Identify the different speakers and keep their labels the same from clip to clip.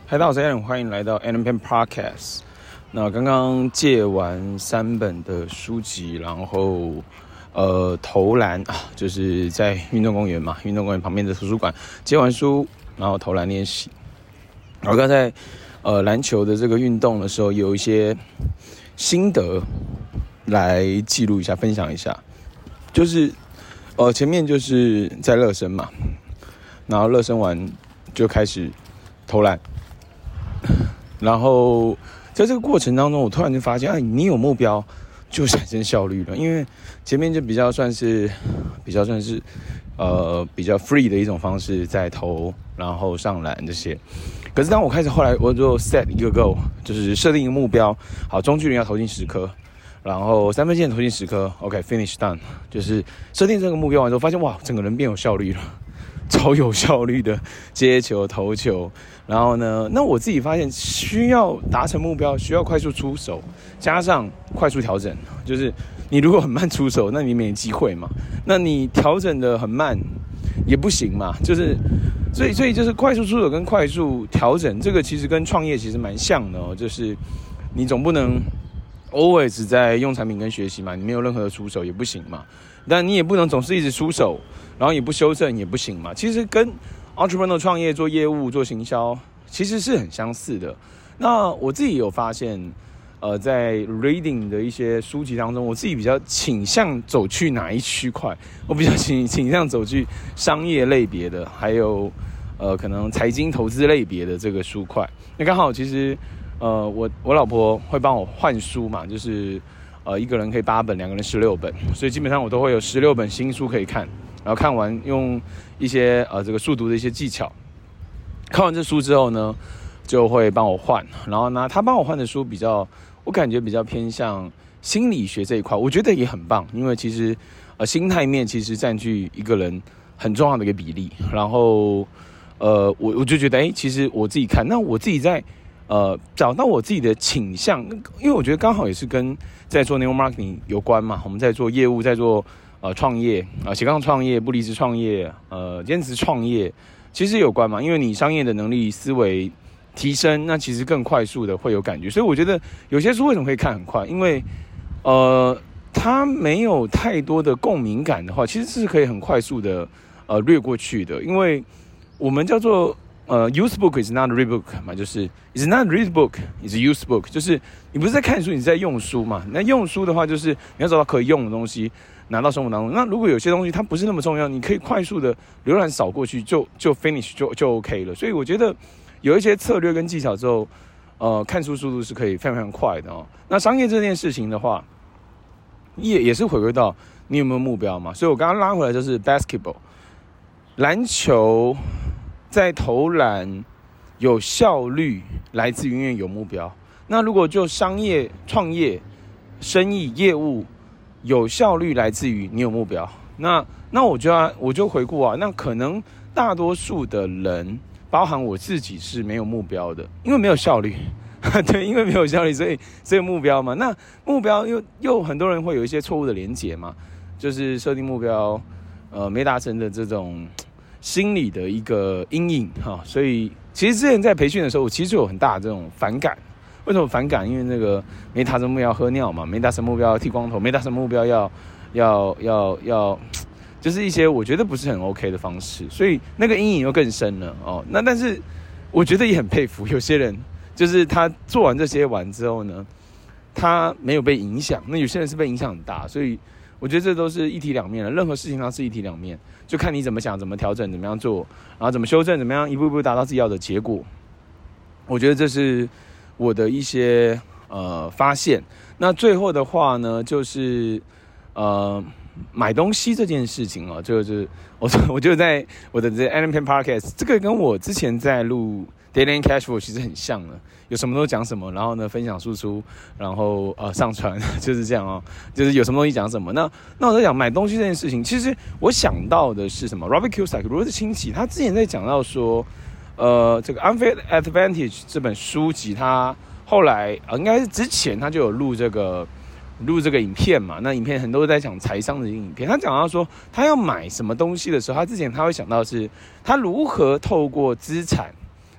Speaker 1: 嗨，大家好，我是 Alan， 欢迎来到 Alan Pen Podcast。那刚刚借完3本的书籍，然后投篮啊，就是在运动公园嘛，运动公园旁边的图书馆借完书，然后投篮练习。我刚才篮球的这个运动的时候，有一些心得来记录一下，分享一下。就是前面就是在热身嘛，然后热身完就开始投篮。然后在这个过程当中，我突然就发现，你有目标就产生效率了。因为前面就比较算是比较 free 的一种方式在投，然后上篮这些。可是当我开始后来我就 set 一个 goal， 就是设定一个目标，好，中距离要投进10颗，然后3分线投进10颗 ，OK finish done， 就是设定这个目标完之后，发现哇，整个人变有效率了。超有效率的接球投球，然后呢，那我自己发现需要达成目标，需要快速出手，加上快速调整，就是你如果很慢出手，那你没机会嘛，那你调整的很慢也不行嘛，就是所以就是快速出手跟快速调整，这个其实跟创业其实蛮像的哦，就是你总不能 always 在用产品跟学习嘛，你没有任何的出手也不行嘛，但你也不能总是一直出手，然后也不修正也不行嘛。其实跟 entrepreneur 创业做业务做行销其实是很相似的。那我自己有发现在 reading 的一些书籍当中，我自己比较倾向走去哪一区块，我比较倾向走去商业类别的，还有可能财经投资类别的这个书块。那刚好其实我老婆会帮我换书嘛，就是一个人可以8本，2个人16本，所以基本上我都会有16本新书可以看，然后看完用一些这个速读的一些技巧，看完这书之后呢，就会帮我换，然后呢，他帮我换的书我感觉比较偏向心理学这一块，我觉得也很棒，因为其实心态面其实占据一个人很重要的一个比例，然后我就觉得其实我自己看，那我自己在找到我自己的倾向，因为我觉得刚好也是跟在做 network marketing 有关嘛，我们在做业务，在做创业斜杠创业、不离职创业、坚持创业，其实有关嘛，因为你商业的能力、思维提升，那其实更快速的会有感觉。所以我觉得有些书为什么可以看很快，因为它没有太多的共鸣感的话，其实是可以很快速的略过去的，因为我们叫做use book is not a read book 嘛，就是 is not a read book is a use book， 就是你不是在看书，你是在用书嘛。那用书的话，就是你要找到可以用的东西，拿到生活当中。那如果有些东西它不是那么重要，你可以快速的浏览扫过去，就 finish 就 OK 了。所以我觉得有一些策略跟技巧之后，看书速度是可以非常非常快的哦。那商业这件事情的话，也是回归到你有没有目标嘛。所以我刚刚拉回来就是 basketball 篮球。在投篮有效率来自于因为有目标。那如果就商业创业生意业务有效率来自于你有目标，那我就回顾那可能大多数的人包含我自己是没有目标的，因为没有效率对，因为没有效率，所以目标嘛，那目标又很多人会有一些错误的连结嘛，就是设定目标没达成的这种心理的一个阴影所以其实之前在培训的时候，我其实就有很大的这种反感。为什么反感？因为那个没达成目标喝尿嘛，没达成目标剃光头，没达成目标要，就是一些我觉得不是很 OK 的方式，所以那个阴影又更深了那但是我觉得也很佩服有些人，就是他做完这些完之后呢，他没有被影响，那有些人是被影响很大，所以我觉得这都是一体两面的，任何事情它是一体两面，就看你怎么想、怎么调整、怎么样做，然后怎么修正、怎么样一步一步达到自己要的结果。我觉得这是我的一些发现。那最后的话呢，就是买东西这件事情就是我就在我的这 Alan Pen Podcast， 这个跟我之前在录 Daily Cash Flow 其实很像的，有什么都讲什么，然后呢分享输出，然后上传，就是这样就是有什么东西讲什么。那我在讲买东西这件事情，其实我想到的是什么 ？Robert Kiyosaki 罗伯特清崎他之前在讲到说，这个 Unfair Advantage 这本书籍，他后来应该是之前他就有录这个影片嘛，那影片很多都在讲财商的影片。他讲到说，他要买什么东西的时候，他之前他会想到是他如何透过资产，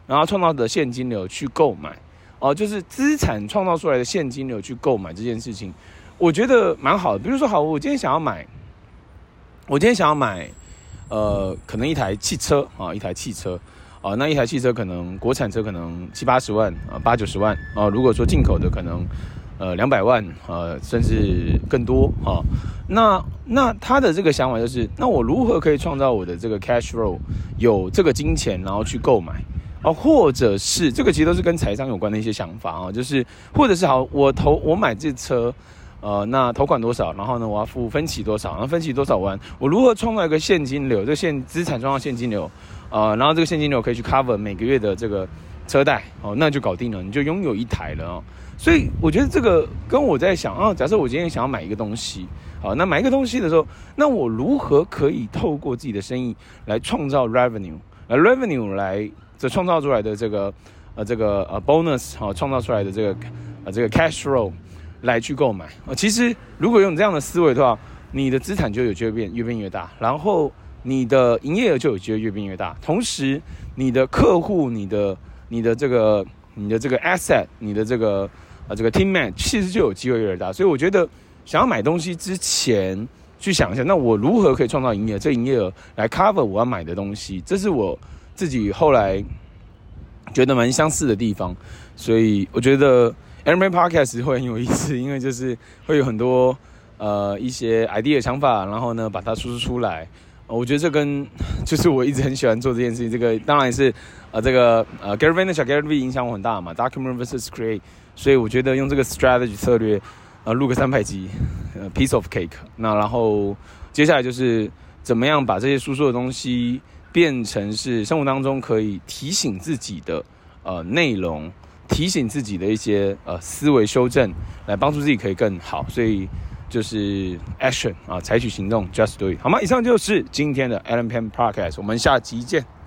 Speaker 1: 然后创造的现金流去购买，就是资产创造出来的现金流去购买这件事情，我觉得蛮好的。比如说，好，我今天想要买，可能一台汽车啊，那一台汽车可能国产车可能70-80万80-90万如果说进口的可能200万甚至更多那他的这个想法就是，那我如何可以创造我的这个 cash flow 有这个金钱，然后去购买或者是这个其实都是跟财商有关的一些想法就是或者是好，我买这车。那头款多少？然后呢，我要付分期多少？然后分期多少万？我如何创造一个现金流？这个资产创造现金流，然后这个现金流可以去 cover 每个月的这个车贷，那就搞定了，你就拥有一台了所以我觉得这个跟我在想假设我今天想要买一个东西，那买一个东西的时候，那我如何可以透过自己的生意来创造 revenue 来创造出来的这个bonus 创造出来的这个 cash flow。来去购买其实如果用这样的思维的话，你的资产就有机会越变越大，然后你的营业额就有机会越变越大，同时你的客户、你的这个 asset、你的这个team man 其实就有机会越来越大。所以我觉得想要买东西之前去想一下，那我如何可以创造营业额，这营业额来 cover 我要买的东西，这是我自己后来觉得蛮相似的地方。所以我觉得Aaron Podcast 会很有意思，因为就是会有很多一些 idea 想法，然后呢把它输出出来。我觉得这跟就是我一直很喜欢做这件事情，这个当然也是Gary Vaynerchuk Gary V 影响我很大嘛 ，Document versus Create。所以我觉得用这个 strategy 策略录个300集piece of cake。那然后接下来就是怎么样把这些输出的东西变成是生活当中可以提醒自己的内容。提醒自己的一些思维修正，来帮助自己可以更好，所以就是 action 采取行动 ，just do it， 好吗？以上就是今天的 Allen Peng Podcast， 我们下集见。